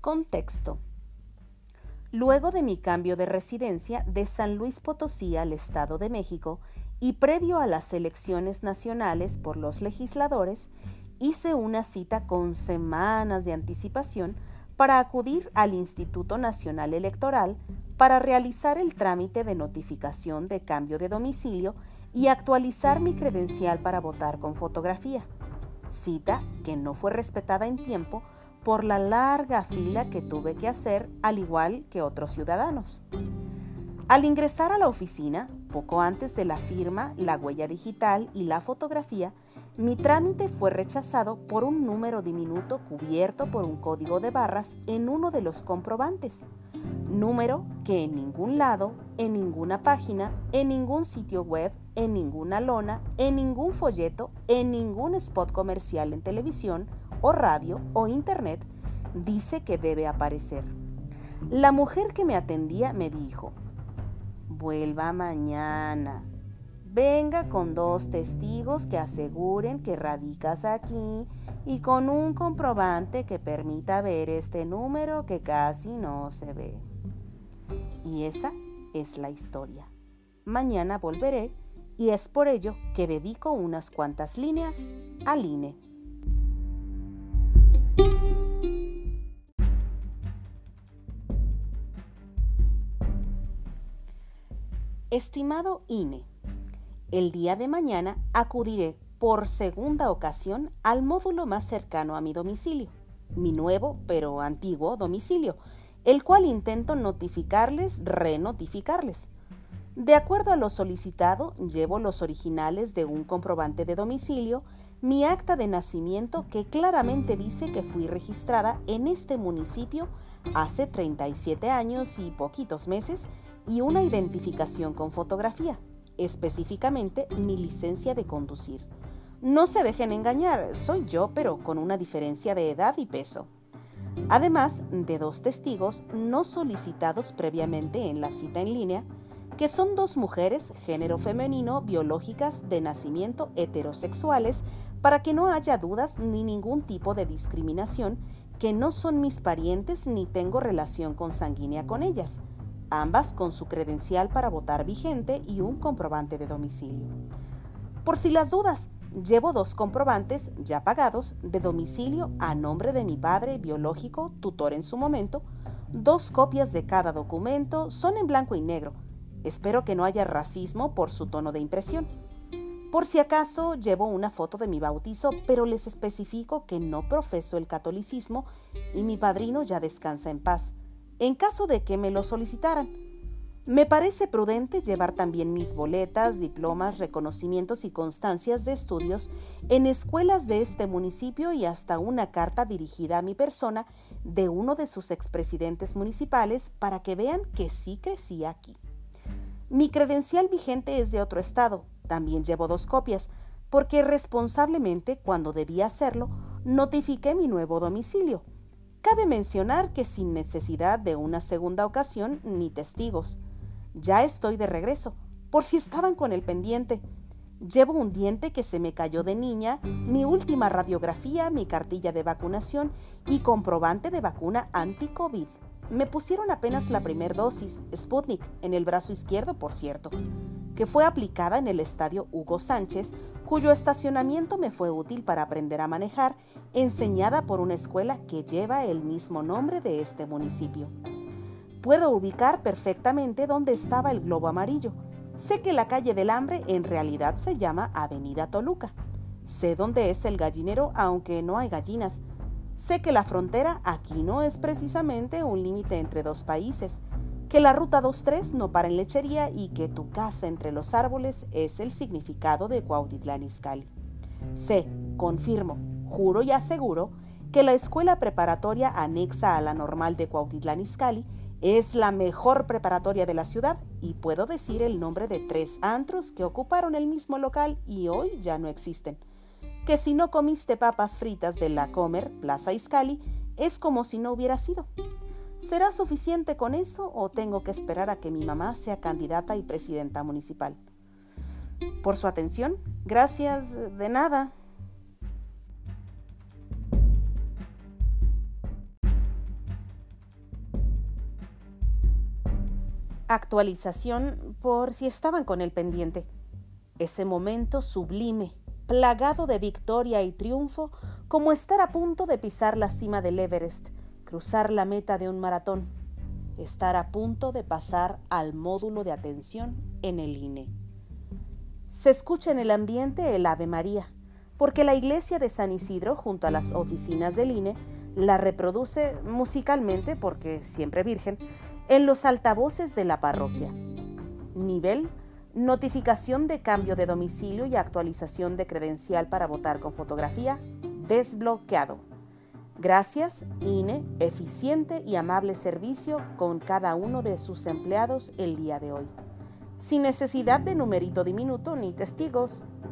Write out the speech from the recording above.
Contexto. Luego de mi cambio de residencia de San Luis Potosí al Estado de México y previo a las elecciones nacionales por los legisladores, hice una cita con semanas de anticipación para acudir al Instituto Nacional Electoral para realizar el trámite de notificación de cambio de domicilio y actualizar mi credencial para votar con fotografía. Cita que no fue respetada en tiempo por la larga fila que tuve que hacer, al igual que otros ciudadanos. Al ingresar a la oficina, poco antes de la firma, la huella digital y la fotografía, mi trámite fue rechazado por un número diminuto cubierto por un código de barras en uno de los comprobantes. Número que en ningún lado, en ninguna página, en ningún sitio web, en ninguna lona, en ningún folleto, en ningún spot comercial en televisión o radio o internet dice que debe aparecer. La mujer que me atendía me dijo: vuelva mañana. Venga con 2 testigos que aseguren que radicas aquí y con un comprobante que permita ver este número que casi no se ve. Y esa es la historia. Mañana volveré y es por ello que dedico unas cuantas líneas al INE. Estimado INE, el día de mañana acudiré por segunda ocasión al módulo más cercano a mi domicilio, mi nuevo pero antiguo domicilio, el cual intento renotificarles. De acuerdo a lo solicitado, llevo los originales de un comprobante de domicilio, mi acta de nacimiento que claramente dice que fui registrada en este municipio hace 37 años y poquitos meses, y una identificación con fotografía, específicamente mi licencia de conducir. No se dejen engañar, soy yo, pero con una diferencia de edad y peso. Además de 2 testigos no solicitados previamente en la cita en línea, que son 2 mujeres, género femenino, biológicas, de nacimiento, heterosexuales, para que no haya dudas ni ningún tipo de discriminación, que no son mis parientes ni tengo relación consanguínea con ellas, ambas con su credencial para votar vigente y un comprobante de domicilio. Por si las dudas, llevo 2 comprobantes ya pagados de domicilio a nombre de mi padre biológico, tutor en su momento. 2 copias de cada documento, son en blanco y negro. Espero que no haya racismo por su tono de impresión. Por si acaso, llevo una foto de mi bautizo, pero les especifico que no profeso el catolicismo y mi padrino ya descansa en paz, en caso de que me lo solicitaran. Me parece prudente llevar también mis boletas, diplomas, reconocimientos y constancias de estudios en escuelas de este municipio y hasta una carta dirigida a mi persona de uno de sus expresidentes municipales para que vean que sí crecí aquí. Mi credencial vigente es de otro estado, también llevo 2 copias, porque responsablemente, cuando debía hacerlo, notifiqué mi nuevo domicilio. Cabe mencionar que sin necesidad de una segunda ocasión ni testigos. Ya estoy de regreso, por si estaban con el pendiente. Llevo un diente que se me cayó de niña, mi última radiografía, mi cartilla de vacunación y comprobante de vacuna anti-COVID. Me pusieron apenas la primera dosis, Sputnik, en el brazo izquierdo, por cierto, que fue aplicada en el estadio Hugo Sánchez, cuyo estacionamiento me fue útil para aprender a manejar, enseñada por una escuela que lleva el mismo nombre de este municipio. Puedo ubicar perfectamente dónde estaba el globo amarillo. Sé que la calle del Hambre en realidad se llama Avenida Toluca. Sé dónde es el gallinero, aunque no hay gallinas. Sé que la frontera aquí no es precisamente un límite entre 2 países, que la ruta 23 no para en Lechería y que tu casa entre los árboles es el significado de Cuautitlán Izcalli. Sé, confirmo, juro y aseguro que la escuela preparatoria anexa a la normal de Cuautitlán Izcalli es la mejor preparatoria de la ciudad y puedo decir el nombre de 3 antros que ocuparon el mismo local y hoy ya no existen. Que si no comiste papas fritas de La Comer, Plaza Izcalli, es como si no hubiera sido. ¿Será suficiente con eso o tengo que esperar a que mi mamá sea candidata y presidenta municipal? Por su atención, gracias, de nada. Actualización por si estaban con el pendiente. Ese momento sublime, plagado de victoria y triunfo, como estar a punto de pisar la cima del Everest, cruzar la meta de un maratón, estar a punto de pasar al módulo de atención en el INE. Se escucha en el ambiente el Ave María, porque la iglesia de San Isidro, junto a las oficinas del INE, la reproduce musicalmente, porque siempre virgen, en los altavoces de la parroquia. Nivel: notificación de cambio de domicilio y actualización de credencial para votar con fotografía, desbloqueado. Gracias, INE, eficiente y amable servicio con cada uno de sus empleados el día de hoy. Sin necesidad de numerito diminuto ni testigos.